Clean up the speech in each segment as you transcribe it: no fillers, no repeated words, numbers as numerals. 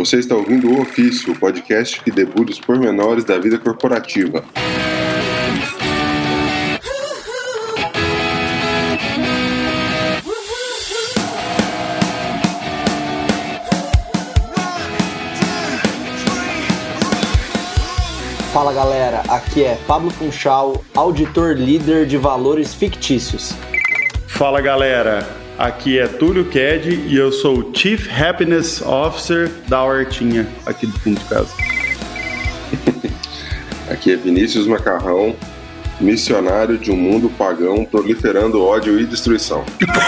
Você está ouvindo O Ofício, o podcast que debulha os pormenores da vida corporativa. Fala galera, aqui é Pablo Funchal, auditor líder de valores fictícios. Fala galera, aqui é Túlio Ked e eu sou o Chief Happiness Officer da Hortinha, aqui do fundo de casa. Aqui é Vinícius Macarrão, missionário de um mundo pagão proliferando ódio e destruição.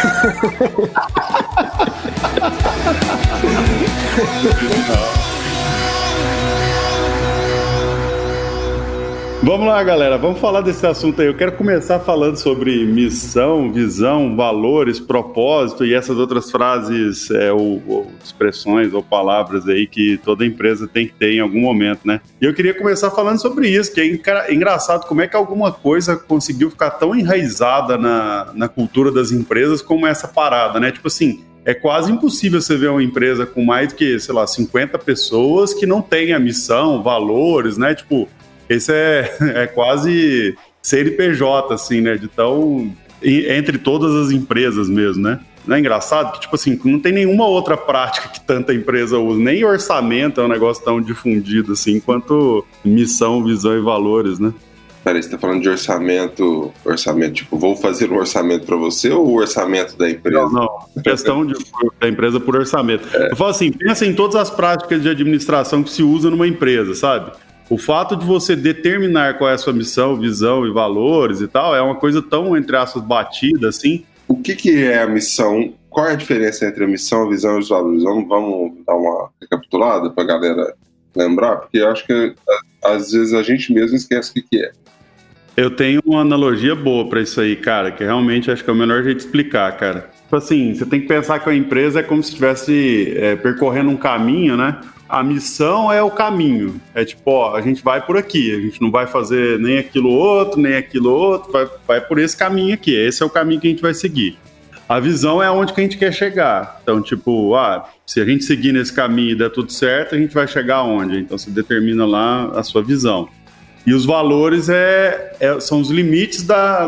Vamos lá, galera, vamos falar desse assunto aí. Eu quero começar falando sobre missão, visão, valores, propósito e essas outras frases, ou expressões ou palavras aí que toda empresa tem que ter em algum momento, né? E eu queria começar falando sobre isso, que é engraçado como é que alguma coisa conseguiu ficar tão enraizada na cultura das empresas como essa parada, né? Tipo assim, é quase impossível você ver uma empresa com mais que, 50 pessoas que não tenha missão, valores, né? Tipo, esse é quase CNPJ, assim, né? De tão... entre todas as empresas mesmo, né? Não é engraçado que, tipo assim, não tem nenhuma outra prática que tanta empresa usa. Nem orçamento é um negócio tão difundido, assim, quanto missão, visão e valores, né? Peraí, você tá falando de orçamento, tipo, vou fazer um orçamento para você ou o orçamento da empresa? Não. Questão da empresa por orçamento. Eu falo assim, pensa em todas as práticas de administração que se usa numa empresa, sabe? O fato de você determinar qual é a sua missão, visão e valores e tal, é uma coisa tão, entre aspas, batida, assim. O que é a missão? Qual é a diferença entre a missão, a visão e os valores? Vamos dar uma recapitulada para a galera lembrar? Porque eu acho que às vezes a gente mesmo esquece o que é. Eu tenho uma analogia boa para isso aí, cara, que realmente acho que é o melhor jeito de explicar, cara. Tipo assim, você tem que pensar que a empresa é como se estivesse percorrendo um caminho, né? A missão é o caminho. É tipo, ó, a gente vai por aqui, a gente não vai fazer nem aquilo outro, vai por esse caminho aqui. Esse é o caminho que a gente vai seguir. A visão é aonde que a gente quer chegar. Então, tipo, se a gente seguir nesse caminho e der tudo certo, a gente vai chegar aonde? Então, você determina lá a sua visão. E os valores são os limites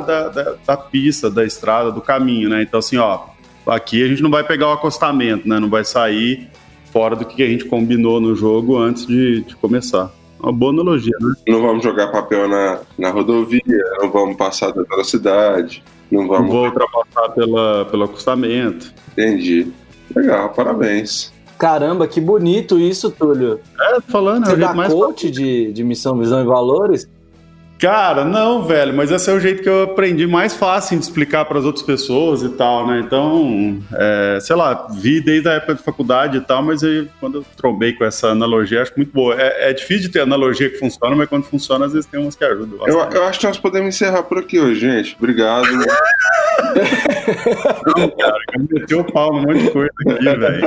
da pista, da estrada, do caminho, né? Então, assim, ó, aqui a gente não vai pegar o acostamento, né? Não vai sair fora do que a gente combinou no jogo antes de começar. Uma boa analogia, né? Não vamos jogar papel na rodovia, não vamos passar da velocidade, não vou ultrapassar pelo acostamento. Entendi. Legal, parabéns. Caramba, que bonito isso, Túlio. Falando, você dá coach de missão, visão e valores? Cara, não, velho, mas esse é o jeito que eu aprendi mais fácil de explicar para as outras pessoas e tal, né? Então, sei lá, vi desde a época de faculdade e tal, mas aí, quando eu trombei com essa analogia, acho muito boa. É difícil de ter analogia que funciona, mas quando funciona, às vezes tem umas que ajudam. Eu acho que nós podemos encerrar por aqui hoje, gente. Obrigado. Não, cara, eu meti o pau num monte de coisa aqui, velho.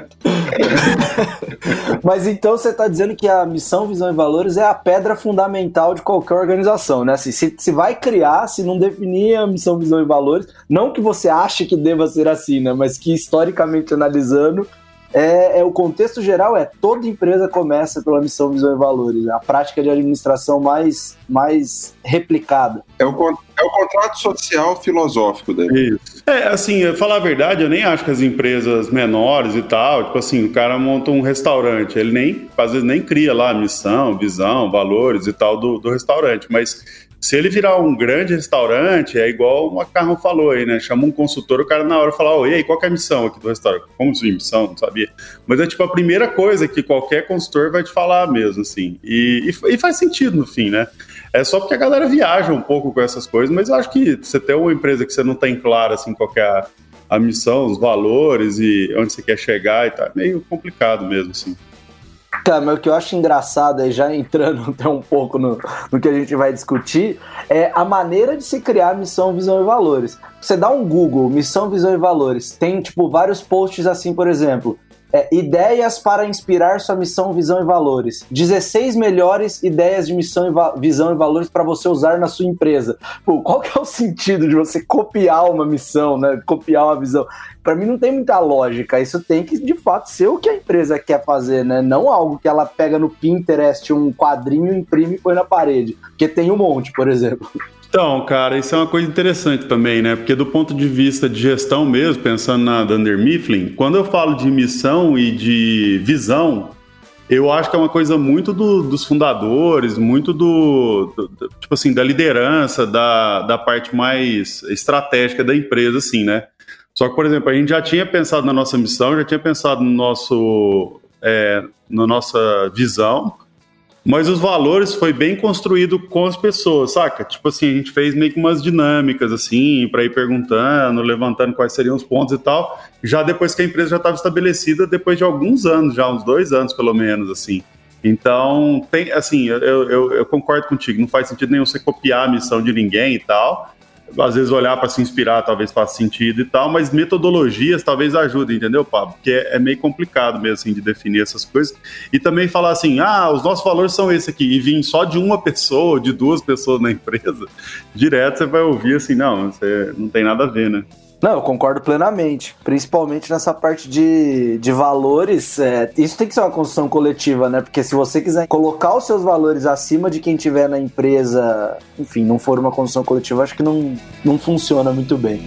Mas então você está dizendo que a missão, visão e valores é a pedra fundamental de qualquer organização, né? Assim, se vai criar, se não definir a missão, visão e valores, não que você ache que deva ser assim, né? Mas que historicamente analisando, o contexto geral toda empresa começa pela missão, visão e valores. A prática de administração mais replicada. É o contrato social filosófico dele. Isso. Assim, falar a verdade, eu nem acho que as empresas menores e tal, tipo assim, o cara monta um restaurante, ele às vezes nem cria lá a missão, visão, valores e tal do restaurante, mas se ele virar um grande restaurante, é igual o Macarrão falou aí, né? Chama um consultor, o cara na hora fala, e aí, qual que é a missão aqui do restaurante? Como assim, missão? Não sabia. Mas é tipo a primeira coisa que qualquer consultor vai te falar mesmo, assim. E faz sentido no fim, né? É só porque a galera viaja um pouco com essas coisas, mas eu acho que você tem uma empresa que você não tem claro, assim, qual que é a missão, os valores e onde você quer chegar e tal, é meio complicado mesmo, assim. Tá, mas o que eu acho engraçado, aí já entrando até um pouco no que a gente vai discutir, é a maneira de se criar missão, visão e valores. Você dá um Google, missão, visão e valores, tem tipo vários posts assim, por exemplo, ideias para inspirar sua missão, visão e valores. 16 melhores ideias de missão, visão e valores para você usar na sua empresa. Pô, qual que é o sentido de você copiar uma missão, né? Copiar uma visão? Para mim não tem muita lógica. Isso tem que, de fato, ser o que a empresa quer fazer, né? Não algo que ela pega no Pinterest, um quadrinho, imprime e põe na parede. Porque tem um monte, por exemplo. Então, cara, isso é uma coisa interessante também, né? Porque do ponto de vista de gestão mesmo, pensando na Dunder Mifflin, quando eu falo de missão e de visão, eu acho que é uma coisa muito dos fundadores, muito tipo assim, da liderança, da parte mais estratégica da empresa, assim, né? Só que, por exemplo, a gente já tinha pensado na nossa missão, já tinha pensado na nossa visão, mas os valores foi bem construído com as pessoas, saca? Tipo assim, a gente fez meio que umas dinâmicas, assim, para ir perguntando, levantando quais seriam os pontos e tal, já depois que a empresa já estava estabelecida, depois de alguns anos, já uns 2 anos pelo menos, assim. Então, tem, assim, eu concordo contigo, não faz sentido nenhum você copiar a missão de ninguém e tal. Às vezes olhar para se inspirar talvez faça sentido e tal, mas metodologias talvez ajudem, entendeu, Pablo? Porque é meio complicado mesmo assim de definir essas coisas. E também falar assim, os nossos valores são esses aqui, e vir só de uma pessoa, de 2 pessoas na empresa, direto você vai ouvir assim, não tem nada a ver, né? Não, eu concordo plenamente, principalmente nessa parte de valores. Isso tem que ser uma construção coletiva, né? Porque se você quiser colocar os seus valores acima de quem tiver na empresa, enfim, não for uma construção coletiva, acho que não funciona muito bem.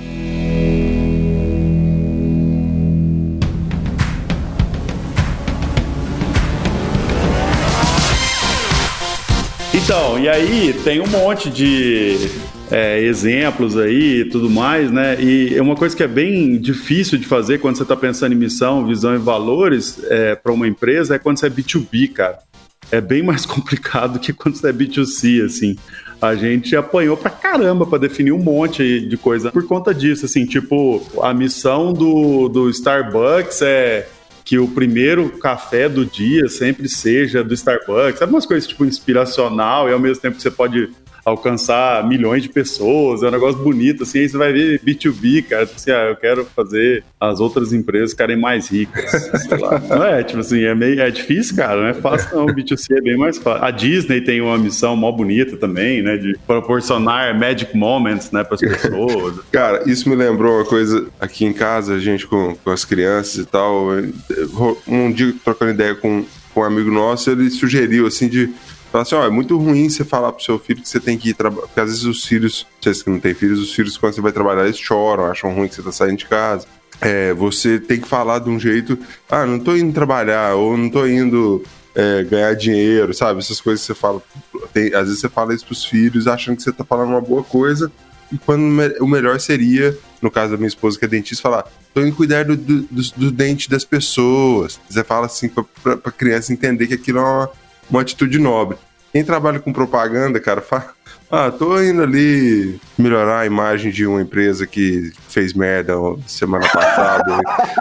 Então, e aí tem um monte de exemplos aí e tudo mais, né? E uma coisa que é bem difícil de fazer quando você está pensando em missão, visão e valores para uma empresa é quando você é B2B, cara. É bem mais complicado que quando você é B2C, assim. A gente apanhou pra caramba pra definir um monte de coisa por conta disso, assim, tipo, a missão do Starbucks é que o primeiro café do dia sempre seja do Starbucks. Sabe umas coisas, tipo, inspiracional e ao mesmo tempo que você pode alcançar milhões de pessoas, é um negócio bonito, assim, aí você vai ver B2B, cara, tipo assim, eu quero fazer as outras empresas ficarem mais ricas, sei lá. Não é, tipo assim, é difícil, cara, não é fácil não, B2C é bem mais fácil. A Disney tem uma missão mó bonita também, né, de proporcionar magic moments, né, pras pessoas. Cara, isso me lembrou uma coisa aqui em casa, a gente com as crianças e tal, um dia trocando ideia com um amigo nosso, ele sugeriu, assim, de falar assim, é muito ruim você falar pro seu filho que você tem que ir trabalhar, porque às vezes os filhos, vocês que não têm filhos, os filhos quando você vai trabalhar eles choram, acham ruim que você tá saindo de casa. Você tem que falar de um jeito, não tô indo trabalhar, ou não tô indo ganhar dinheiro, sabe? Essas coisas que você fala, às vezes você fala isso pros filhos achando que você tá falando uma boa coisa, e quando o melhor seria, no caso da minha esposa que é dentista, falar, tô indo cuidar do dente das pessoas. Você fala assim pra criança entender que aquilo é uma atitude nobre. Quem trabalha com propaganda, cara, fala, tô indo ali melhorar a imagem de uma empresa que fez merda semana passada.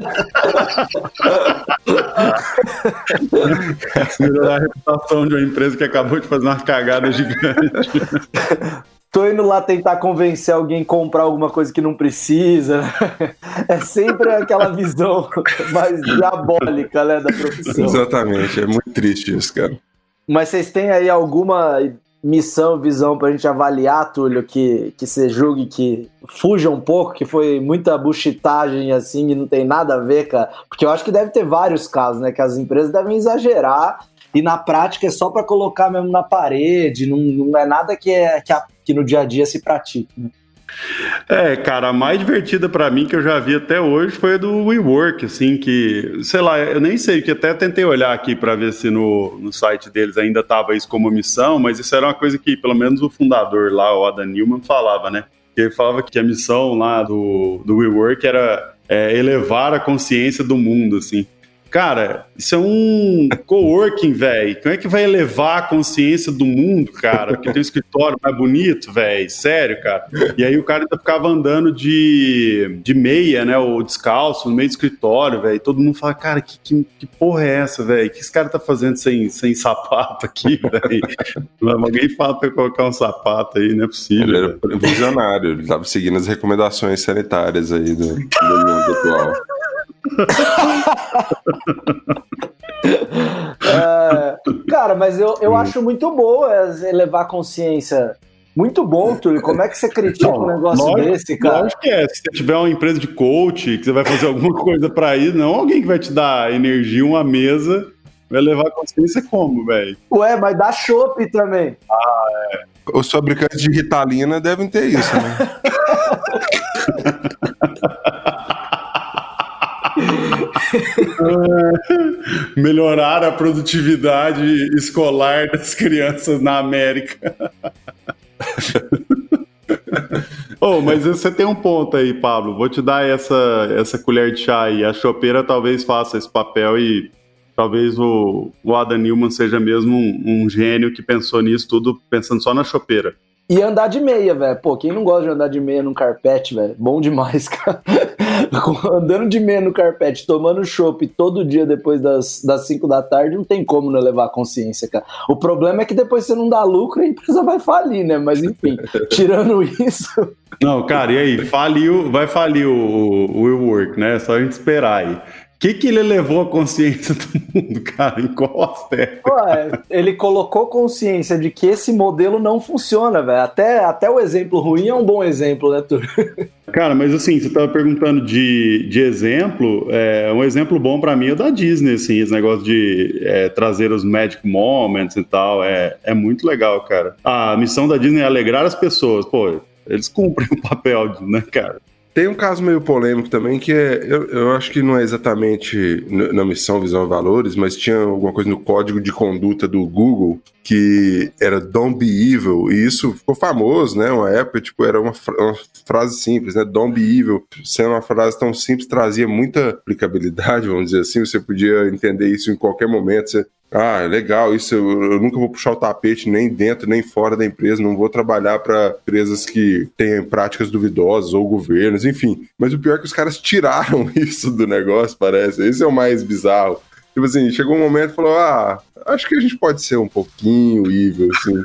Melhorar a reputação de uma empresa que acabou de fazer uma cagada gigante. Tô indo lá tentar convencer alguém a comprar alguma coisa que não precisa. É sempre aquela visão mais diabólica, né, da profissão. Exatamente, é muito triste isso, cara. Mas vocês têm aí alguma missão, visão pra gente avaliar, Túlio, que você julgue que fuja um pouco, que foi muita buchitagem assim e não tem nada a ver, cara? Porque eu acho que deve ter vários casos, né, que as empresas devem exagerar e na prática é só pra colocar mesmo na parede, não é nada que no dia a dia se pratique, né? Cara, a mais divertida pra mim que eu já vi até hoje foi a do WeWork, assim, que, sei lá, eu nem sei, que até tentei olhar aqui pra ver se no site deles ainda tava isso como missão, mas isso era uma coisa que, pelo menos o fundador lá, o Adam Neumann, falava, né? Ele falava que a missão lá do WeWork era elevar a consciência do mundo, assim. Cara, isso é um coworking, velho. Como é que vai elevar a consciência do mundo, cara? Porque tem um escritório mais bonito, velho. Sério, cara. E aí o cara ainda ficava andando de meia, né? Ou descalço, no meio do escritório, velho. Todo mundo fala, cara, que porra é essa, velho? O que esse cara tá fazendo sem sapato aqui, velho? Alguém fala pra colocar um sapato aí, não é possível. Ele era visionário, ele tava seguindo as recomendações sanitárias aí do mundo atual. Cara, mas eu acho muito boa elevar a consciência. Muito bom, Túlio. Como é que você critica um negócio desse, cara? Lógico que é. Se você tiver uma empresa de coach, que você vai fazer alguma coisa pra ir, não alguém que vai te dar energia, uma mesa, vai levar a consciência como, velho? Ué, mas dá chopp também. Os fabricantes de Ritalina devem ter isso, né? Melhorar a produtividade escolar das crianças na América. Mas você tem um ponto aí, Pablo. Vou te dar essa colher de chá aí. A chopeira talvez faça esse papel e talvez o Adam Neumann seja mesmo um gênio que pensou nisso tudo pensando só na chopeira. E andar de meia, velho. Pô, quem não gosta de andar de meia num carpete, velho? Bom demais, cara. Andando de meia no carpete, tomando chopp todo dia depois das 5 da tarde, não tem como não levar a consciência, cara. O problema é que depois você não dá lucro e a empresa vai falir, né? Mas enfim, tirando isso... Não, cara, e aí? Vai falir o WeWork, né? Só a gente esperar aí. O que ele levou a consciência do mundo, cara? Em qual aspecto? Ele colocou consciência de que esse modelo não funciona, velho. Até o exemplo ruim é um bom exemplo, né, Túlio? Cara, mas assim, você estava perguntando de exemplo, um exemplo bom pra mim é o da Disney, assim, esse negócio de trazer os magic moments e tal, é muito legal, cara. A missão da Disney é alegrar as pessoas, pô, eles cumprem o papel, né, cara? Tem um caso meio polêmico também, que eu acho que não é exatamente na missão, visão e valores, mas tinha alguma coisa no código de conduta do Google que era Don't be evil, e isso ficou famoso, né? Uma época, tipo, era uma frase simples, né? Don't be evil. Sendo uma frase tão simples, trazia muita aplicabilidade, vamos dizer assim, você podia entender isso em qualquer momento, legal, isso eu nunca vou puxar o tapete nem dentro nem fora da empresa, não vou trabalhar para empresas que têm práticas duvidosas ou governos, enfim. Mas o pior é que os caras tiraram isso do negócio, parece. Esse é o mais bizarro. Tipo assim, chegou um momento e falou, acho que a gente pode ser um pouquinho evil, assim.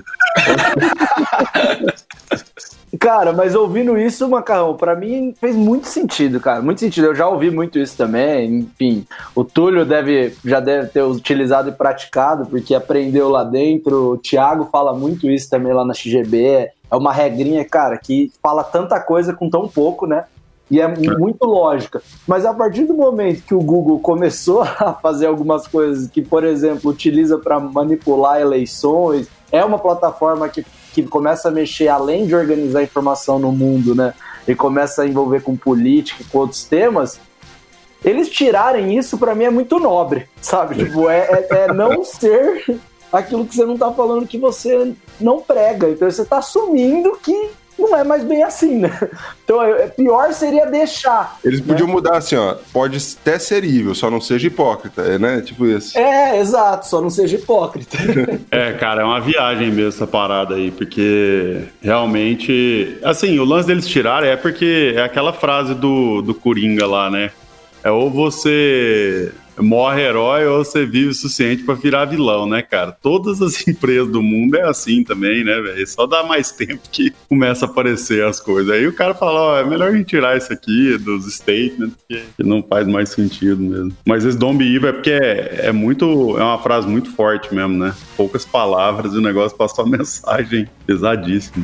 Cara, mas ouvindo isso, Macarrão, pra mim fez muito sentido, cara. Muito sentido. Eu já ouvi muito isso também. Enfim, o Túlio já deve ter utilizado e praticado, porque aprendeu lá dentro. O Thiago fala muito isso também lá na XGB. É uma regrinha, cara, que fala tanta coisa com tão pouco, né? E é muito lógica. Mas a partir do momento que o Google começou a fazer algumas coisas que, por exemplo, utiliza para manipular eleições, é uma plataforma que começa a mexer além de organizar informação no mundo, né? E começa a envolver com política e com outros temas. Eles tirarem isso, pra mim, é muito nobre, sabe? Tipo, é não ser aquilo que você não tá falando que você não prega. Então você tá assumindo que não é mais bem assim, né? Então, pior seria deixar. Eles podiam mudar assim, pode até ser evil, só não seja hipócrita, né? Tipo isso. Exato, só não seja hipócrita. Cara, é uma viagem mesmo essa parada aí, porque realmente, assim, o lance deles tirarem é porque é aquela frase do Coringa lá, né? Ou você morre herói ou você vive o suficiente pra virar vilão, né, cara? Todas as empresas do mundo é assim também, né, velho? Só dá mais tempo que começa a aparecer as coisas. Aí o cara fala, é melhor a gente tirar isso aqui dos statements, que não faz mais sentido mesmo. Mas esse Don't Be Evil é porque é uma frase muito forte mesmo, né? Poucas palavras e o negócio passa uma mensagem pesadíssima.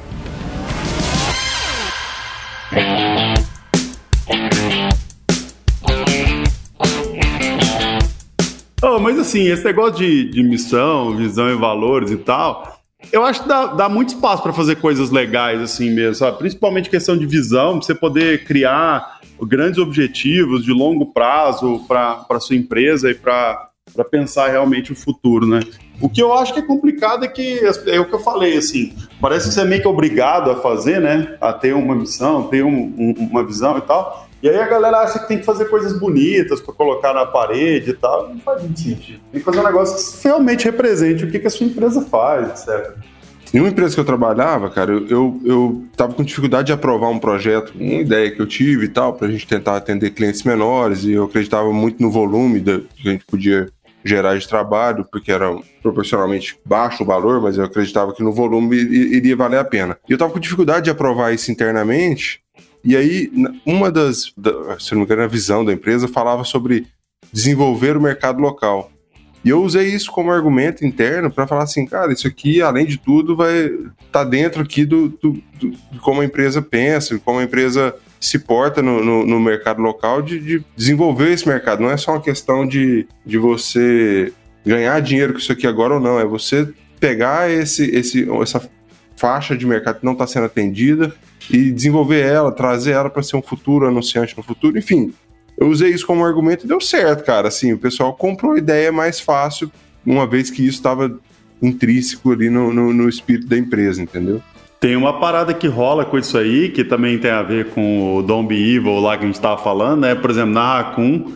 Mas assim, esse negócio de missão, visão e valores e tal, eu acho que dá muito espaço para fazer coisas legais assim mesmo, sabe? Principalmente questão de visão, pra você poder criar grandes objetivos de longo prazo para sua empresa e para pensar realmente o futuro, né? O que eu acho que é complicado é que, é o que eu falei, assim, parece que você é meio que obrigado a fazer, né? A ter uma missão, ter uma visão e tal. E aí a galera acha que tem que fazer coisas bonitas para colocar na parede e tal. Não faz muito sentido. Tem que fazer um negócio que realmente represente o que a sua empresa faz, etc. Em uma empresa que eu trabalhava, cara, eu tava com dificuldade de aprovar um projeto, uma ideia que eu tive e tal, pra gente tentar atender clientes menores, e eu acreditava muito no volume que a gente podia gerar de trabalho, porque era proporcionalmente baixo o valor, mas eu acreditava que no volume iria valer a pena. E eu tava com dificuldade de aprovar isso internamente, E aí, uma se não me engano, a visão da empresa falava sobre desenvolver o mercado local. E eu usei isso como argumento interno para falar assim, cara, isso aqui, além de tudo, vai estar dentro aqui de como a empresa pensa, como a empresa se porta no mercado local, de desenvolver esse mercado. Não é só uma questão de você ganhar dinheiro com isso aqui agora ou não, é você pegar essa faixa de mercado que não está sendo atendida e desenvolver ela, trazer ela para ser um futuro anunciante no futuro, enfim. Eu usei isso como argumento e deu certo, cara. Assim, o pessoal comprou a ideia mais fácil, uma vez que isso estava intrínseco ali no espírito da empresa, entendeu? Tem uma parada que rola com isso aí, que também tem a ver com o Don't Be Evil lá que a gente estava falando, né? Por exemplo, na Raccoon,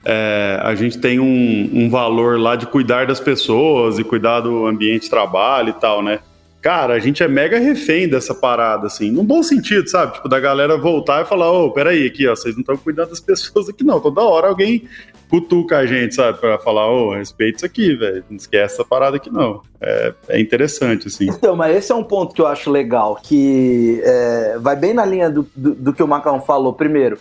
a gente tem um valor lá de cuidar das pessoas e cuidar do ambiente de trabalho e tal, né? Cara, a gente é mega refém dessa parada, assim, num bom sentido, sabe? Tipo, da galera voltar e falar, peraí, aqui, ó, vocês não estão cuidando das pessoas aqui, não. Toda hora alguém cutuca a gente, sabe? Pra falar, respeita isso aqui, velho. Não esquece essa parada aqui, não. É interessante, assim. Então, mas esse é um ponto que eu acho legal, que vai bem na linha do que o Macarrão falou. Primeiro,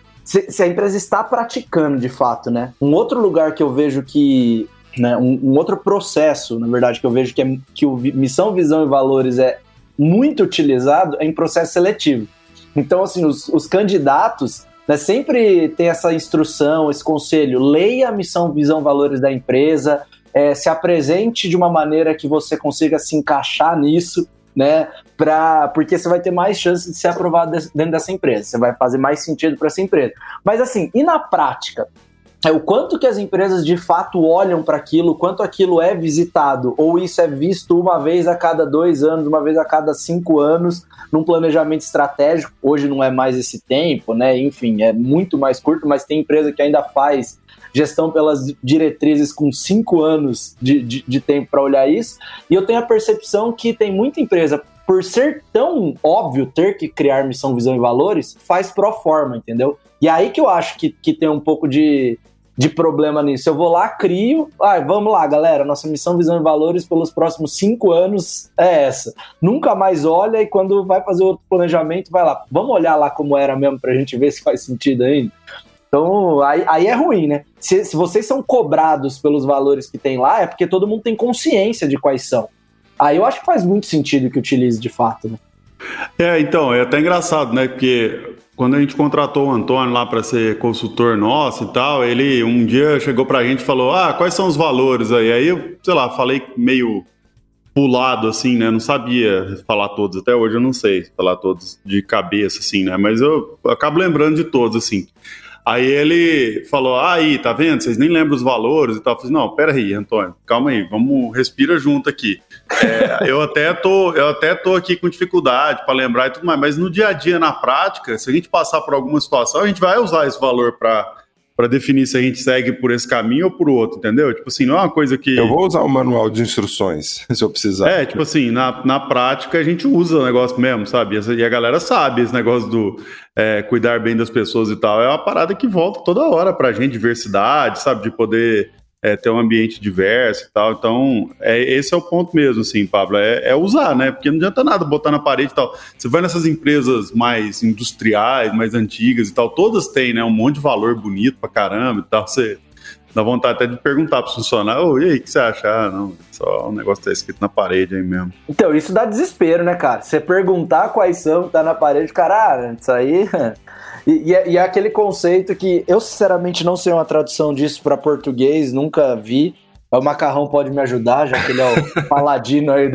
se a empresa está praticando, de fato, né? Um outro lugar que eu vejo que... Né, um outro processo, na verdade, que eu vejo que o missão, visão e valores é muito utilizado é em processo seletivo. Então, assim, os candidatos, né, sempre tem essa instrução, esse conselho, leia a missão, visão, valores da empresa, se apresente de uma maneira que você consiga se encaixar nisso, né, porque você vai ter mais chance de ser aprovado dentro dessa empresa, você vai fazer mais sentido para essa empresa. Mas, assim, e na prática? O quanto que as empresas de fato olham para aquilo, o quanto aquilo é visitado, ou isso é visto uma vez a cada 2 anos, uma vez a cada 5 anos, num planejamento estratégico. Hoje não é mais esse tempo, né? Enfim, é muito mais curto, mas tem empresa que ainda faz gestão pelas diretrizes com 5 anos de tempo para olhar isso. E eu tenho a percepção que tem muita empresa, por ser tão óbvio ter que criar missão, visão e valores, faz pro forma, entendeu? E aí que eu acho que tem um pouco de problema nisso. Eu vou lá, crio, vamos lá, galera, nossa missão, visão e valores pelos próximos 5 anos é essa. Nunca mais olha e quando vai fazer outro planejamento, vai lá, vamos olhar lá como era mesmo pra gente ver se faz sentido ainda. Então, aí é ruim, né? Se vocês são cobrados pelos valores que tem lá, é porque todo mundo tem consciência de quais são. Aí eu acho que faz muito sentido que utilize de fato, né? Então, é até engraçado, né? Porque quando a gente contratou o Antônio lá para ser consultor nosso e tal, ele um dia chegou pra gente e falou, quais são os valores aí? Aí eu, sei lá, falei meio pulado, assim, né? Não sabia falar todos, até hoje eu não sei falar todos de cabeça, assim, né? Mas eu acabo lembrando de todos, assim. Aí ele falou, aí, tá vendo? Vocês nem lembram os valores e tal. Eu falei, não, pera aí, Antônio, calma aí, vamos, respira junto aqui. Eu até tô aqui com dificuldade para lembrar e tudo mais, mas no dia a dia, na prática, se a gente passar por alguma situação, a gente vai usar esse valor para definir se a gente segue por esse caminho ou por outro, entendeu? Tipo assim, não é uma coisa que... Eu vou usar o manual de instruções, se eu precisar. Tipo assim, na prática a gente usa o negócio mesmo, sabe? E a galera sabe esse negócio do cuidar bem das pessoas e tal. É uma parada que volta toda hora pra gente, diversidade, sabe? De poder ter um ambiente diverso e tal. Então, esse é o ponto mesmo, assim, Pablo. É usar, né? Porque não adianta nada botar na parede e tal. Você vai nessas empresas mais industriais, mais antigas e tal, todas têm, né? Um monte de valor bonito pra caramba e tal. Você dá vontade até de perguntar pro funcionário, e aí, o que você acha? Não, só um negócio que tá escrito na parede aí mesmo. Então, isso dá desespero, né, cara? Você perguntar quais são, tá na parede, cara, isso aí... E é aquele conceito que eu, sinceramente, não sei uma tradução disso para português, nunca vi. O Macarrão pode me ajudar, já que ele é o paladino aí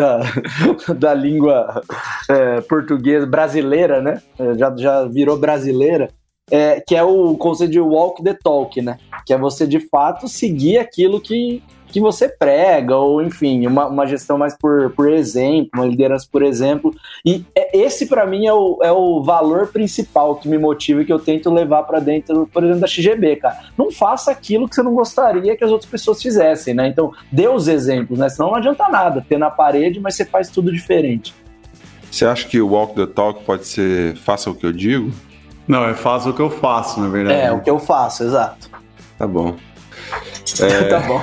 da língua portuguesa brasileira, né? Já virou brasileira. Que é o conceito de walk the talk, né? Que é você, de fato, seguir aquilo que você prega, ou, enfim, uma gestão mais por exemplo, uma liderança por exemplo. E esse, para mim, é o valor principal que me motiva e que eu tento levar para dentro, por exemplo, da XGB, cara. Não faça aquilo que você não gostaria que as outras pessoas fizessem, né? Então, dê os exemplos, né? Senão não adianta nada ter na parede, mas você faz tudo diferente. Você acha que o walk the talk pode ser faça o que eu digo? Não, é faça o que eu faço, na verdade. O que eu faço, exato. Tá bom. Tá bom.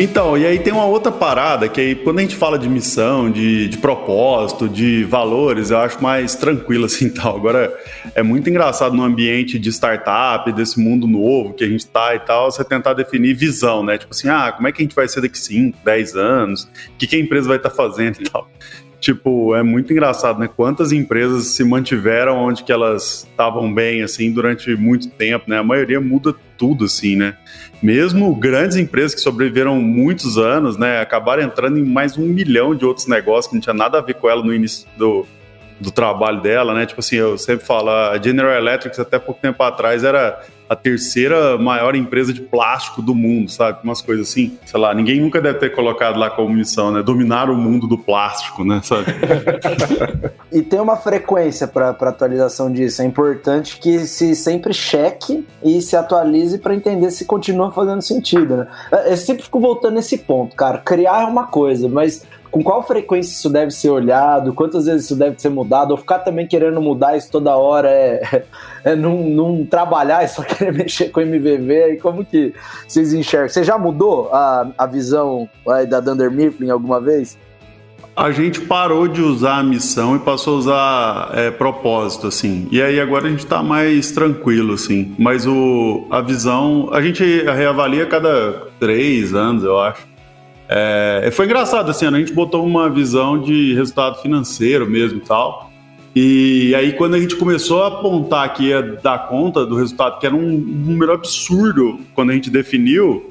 Então, e aí tem uma outra parada, que aí quando a gente fala de missão, de propósito, de valores, eu acho mais tranquilo assim tal. Agora, é muito engraçado no ambiente de startup, desse mundo novo que a gente tá e tal, você tentar definir visão, né? Tipo assim, como é que a gente vai ser daqui 5, 10 anos? O que a empresa vai estar fazendo e tal. Tipo, é muito engraçado, né? Quantas empresas se mantiveram onde que elas estavam bem, assim, durante muito tempo, né? A maioria muda tudo, assim, né? Mesmo grandes empresas que sobreviveram muitos anos, né? Acabaram entrando em mais 1 milhão de outros negócios que não tinha nada a ver com ela no início do trabalho dela, né? Tipo assim, eu sempre falo, a General Electric até pouco tempo atrás era a 3ª maior empresa de plástico do mundo, sabe? Umas coisas assim, sei lá, ninguém nunca deve ter colocado lá como missão, né? Dominar o mundo do plástico, né? Sabe? E tem uma frequência para atualização disso. É importante que se sempre cheque e se atualize para entender se continua fazendo sentido, né? Eu sempre fico voltando nesse ponto, cara. Criar é uma coisa, mas com qual frequência isso deve ser olhado, quantas vezes isso deve ser mudado, ou ficar também querendo mudar isso toda hora é não trabalhar e só querer mexer com MVV, e como que vocês enxergam? Você já mudou a visão da Dunder Mifflin alguma vez? A gente parou de usar a missão e passou a usar propósito, assim. E aí agora a gente tá mais tranquilo, assim. Mas a visão, a gente reavalia a cada 3 anos, eu acho. Foi engraçado, assim, a gente botou uma visão de resultado financeiro mesmo e tal. E aí quando a gente começou a apontar que ia dar conta do resultado, que era um número absurdo quando a gente definiu,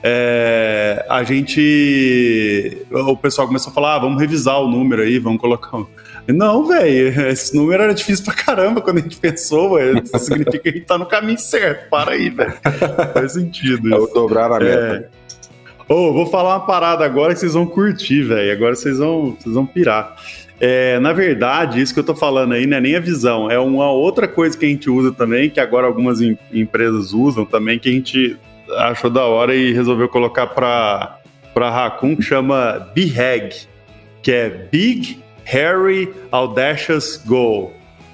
o pessoal começou a falar, vamos revisar o número aí, vamos colocar Não, velho, esse número era difícil pra caramba quando a gente pensou, isso significa que a gente tá no caminho certo, para aí, velho. Faz sentido isso. É o dobrar a meta. Vou falar uma parada agora que vocês vão curtir, velho, agora vocês vão pirar. Na verdade, isso que eu tô falando aí não é nem a visão, é uma outra coisa que a gente usa também, que agora algumas empresas usam também, que a gente achou da hora e resolveu colocar para Raccoon, que chama BHAG, que é Big, Hairy, Audacious Goal.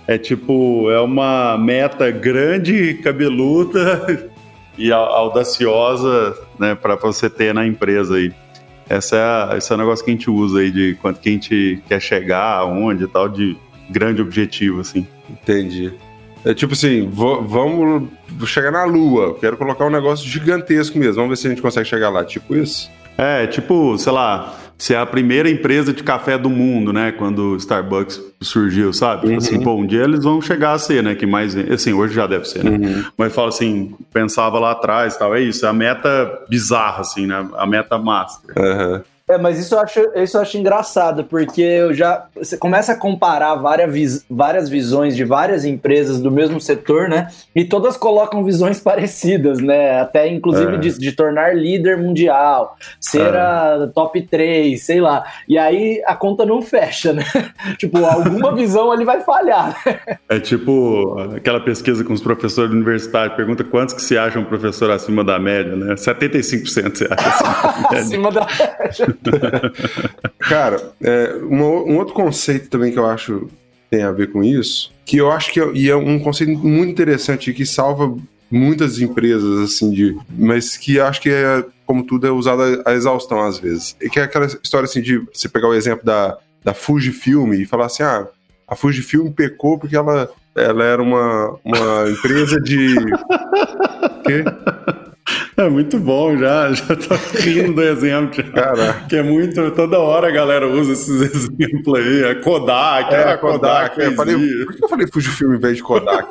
É uma meta grande, cabeluda e audaciosa, né, para você ter na empresa aí. Esse é o negócio que a gente usa aí, de quanto que a gente quer chegar, aonde e tal, de grande objetivo, assim. Entendi. É tipo assim, vamos chegar na Lua, quero colocar um negócio gigantesco mesmo, vamos ver se a gente consegue chegar lá, tipo isso? Sei lá, se é a primeira empresa de café do mundo, né, quando o Starbucks surgiu, sabe? Tipo assim, um dia eles vão chegar a ser, né, que mais, assim, hoje já deve ser, né? Mas fala assim, pensava lá atrás e tal, é isso, é a meta bizarra, assim, né, a meta master. Mas isso eu acho engraçado, porque você começa a comparar várias visões de várias empresas do mesmo setor, né? E todas colocam visões parecidas, né? Até inclusive de tornar líder mundial, ser a top 3, sei lá. E aí a conta não fecha, né? Tipo, alguma visão ali vai falhar. É tipo aquela pesquisa com os professores universitários, pergunta quantos que se acham professor acima da média, né? 75% se acha acima da média. Cara, um outro conceito também que eu acho que tem a ver com isso, que eu acho que é um conceito muito interessante que salva muitas empresas, assim, mas que acho que como tudo, é usado a exaustão às vezes. E que é aquela história assim de você pegar o exemplo da Fujifilm e falar assim, a Fujifilm pecou porque ela era uma empresa de... Quê? É muito bom, já tô rindo do exemplo. Caraca. Que é muito, toda hora a galera usa esses exemplos aí. A Kodak, Kodak. Por que eu falei Fujifilm em vez de Kodak?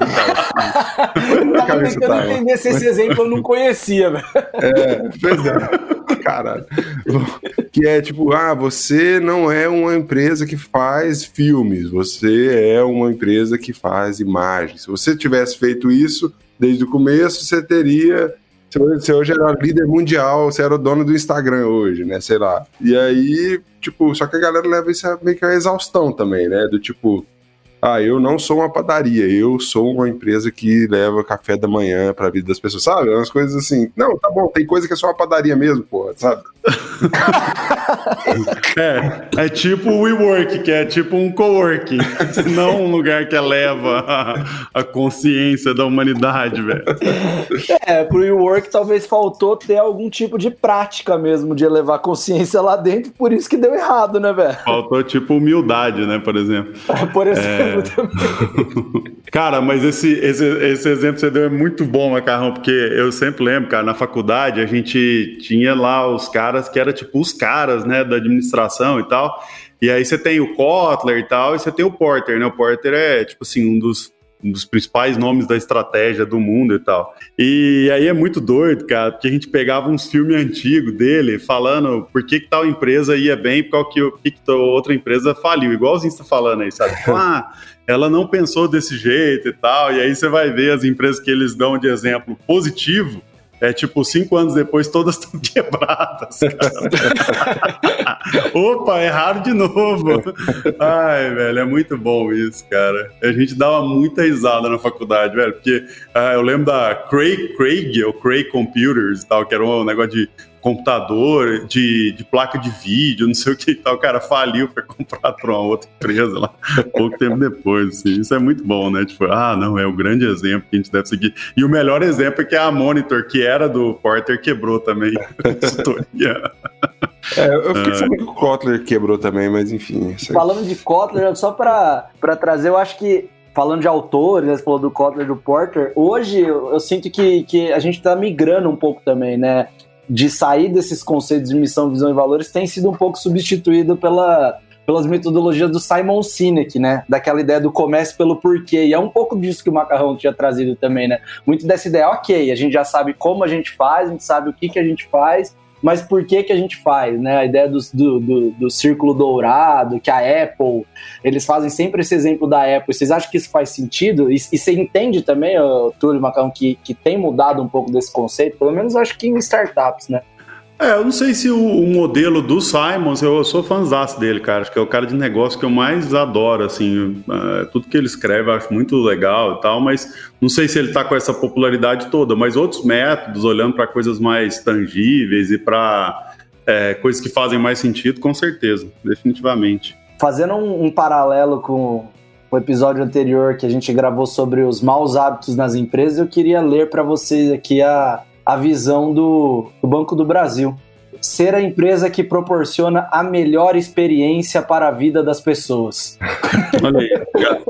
Eu tava tentando entender se esse exemplo eu não conhecia, velho. Pois é. Caralho. Que é tipo, você não é uma empresa que faz filmes, você é uma empresa que faz imagens. Se você tivesse feito isso desde o começo, você teria... Você hoje era líder mundial, você era o dono do Instagram hoje, né? Sei lá. E aí, tipo, só que a galera leva isso meio que a exaustão também, né? Do tipo, eu não sou uma padaria, eu sou uma empresa que leva café da manhã pra vida das pessoas, sabe? Umas coisas assim. Não, tá bom, tem coisa que é só uma padaria mesmo, porra, sabe? É tipo o WeWork, que é tipo um coworking, não um lugar que eleva a consciência da humanidade, velho. Pro WeWork talvez faltou ter algum tipo de prática mesmo de elevar a consciência lá dentro, por isso que deu errado, né, velho? Faltou tipo humildade, né, por exemplo. Por exemplo, também. Cara, mas esse exemplo que você deu é muito bom, Macarrão, porque eu sempre lembro, cara, na faculdade a gente tinha lá os caras que eram tipo os caras, né, da administração e tal, e aí você tem o Kotler e tal, e você tem o Porter, né, o Porter é, tipo assim, um dos principais nomes da estratégia do mundo e tal. E aí é muito doido, cara, porque a gente pegava uns filmes antigos dele falando por que tal empresa ia bem, por que outra empresa faliu, igualzinho você tá falando aí, sabe? Ela não pensou desse jeito e tal, e aí você vai ver as empresas que eles dão de exemplo positivo, tipo, 5 anos depois, todas estão quebradas, cara. Opa, erraram de novo. Ai, velho, é muito bom isso, cara. A gente dava muita risada na faculdade, velho, porque eu lembro da Cray Computers e tal, que era um negócio de computador, de placa de vídeo, não sei o que e tal. O cara faliu, foi comprado por uma outra empresa lá, pouco tempo depois. Assim. Isso é muito bom, né? Tipo, não, é o grande exemplo que a gente deve seguir. E o melhor exemplo é que a Monitor, que era do Porter, quebrou também. Eu fiquei sabendo que o Kotler quebrou também, mas enfim. Falando de Kotler, só pra trazer, eu acho que falando de autores, né, você falou do Kotler e do Porter, hoje eu sinto que a gente tá migrando um pouco também, né? De sair desses conceitos de missão, visão e valores tem sido um pouco substituído pelas metodologias do Simon Sinek, né? Daquela ideia do comece pelo porquê. E é um pouco disso que o Macarrão tinha trazido também, né? Muito dessa ideia, ok, a gente já sabe como a gente faz, a gente sabe o que a gente faz, mas por que a gente faz, né? A ideia do círculo dourado, que a Apple, eles fazem sempre esse exemplo da Apple. Vocês acham que isso faz sentido? E você entende também, Túlio, Macarrão, que tem mudado um pouco desse conceito? Pelo menos eu acho que em startups, né? Eu não sei se o modelo do Simons, eu sou fãzaço dele, cara. Acho que é o cara de negócio que eu mais adoro, assim. Tudo que ele escreve eu acho muito legal e tal, mas não sei se ele tá com essa popularidade toda. Mas outros métodos, olhando para coisas mais tangíveis e para coisas que fazem mais sentido, com certeza, definitivamente. Fazendo um paralelo com o episódio anterior que a gente gravou sobre os maus hábitos nas empresas, eu queria ler para vocês aqui a visão do Banco do Brasil. Ser a empresa que proporciona a melhor experiência para a vida das pessoas. Olha aí.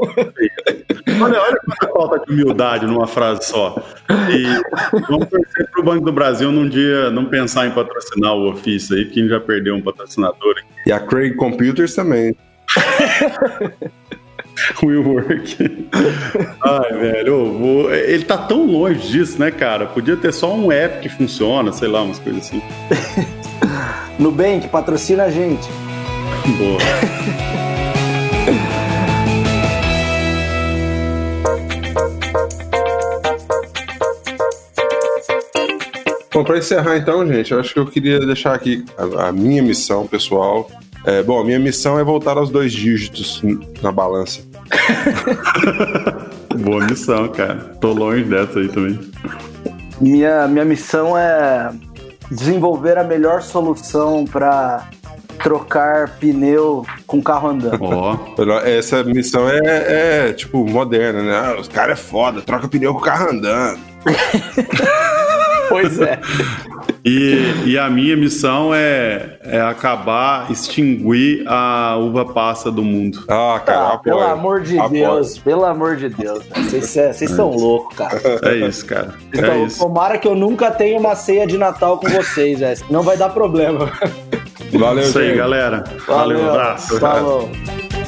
Olha quanta falta de humildade numa frase só. E vamos torcer para o Banco do Brasil num dia não pensar em patrocinar o Office aí, que já perdeu um patrocinador. E a Cray Computers também. WeWork. Ai, velho, ele tá tão longe disso, né, cara? Podia ter só um app que funciona, sei lá, umas coisas assim. Nubank, patrocina a gente. Boa. Bom, para encerrar então, gente, eu acho que eu queria deixar aqui a minha missão pessoal. A minha missão é voltar aos 2 dígitos na balança. Boa missão, cara. Tô longe dessa aí também. Minha missão é desenvolver a melhor solução para trocar pneu com carro andando. Essa missão é tipo moderna, né? Os caras é foda, troca pneu com o carro andando. Pois é. E a minha missão é extinguir a uva passa do mundo. Cara, pelo amor de Deus, pelo amor de Deus. Vocês são loucos, cara. É isso, cara. Isso. Tomara que eu nunca tenha uma ceia de Natal com vocês, velho. Não vai dar problema. Valeu, isso aí, galera. Valeu, abraço. Falou.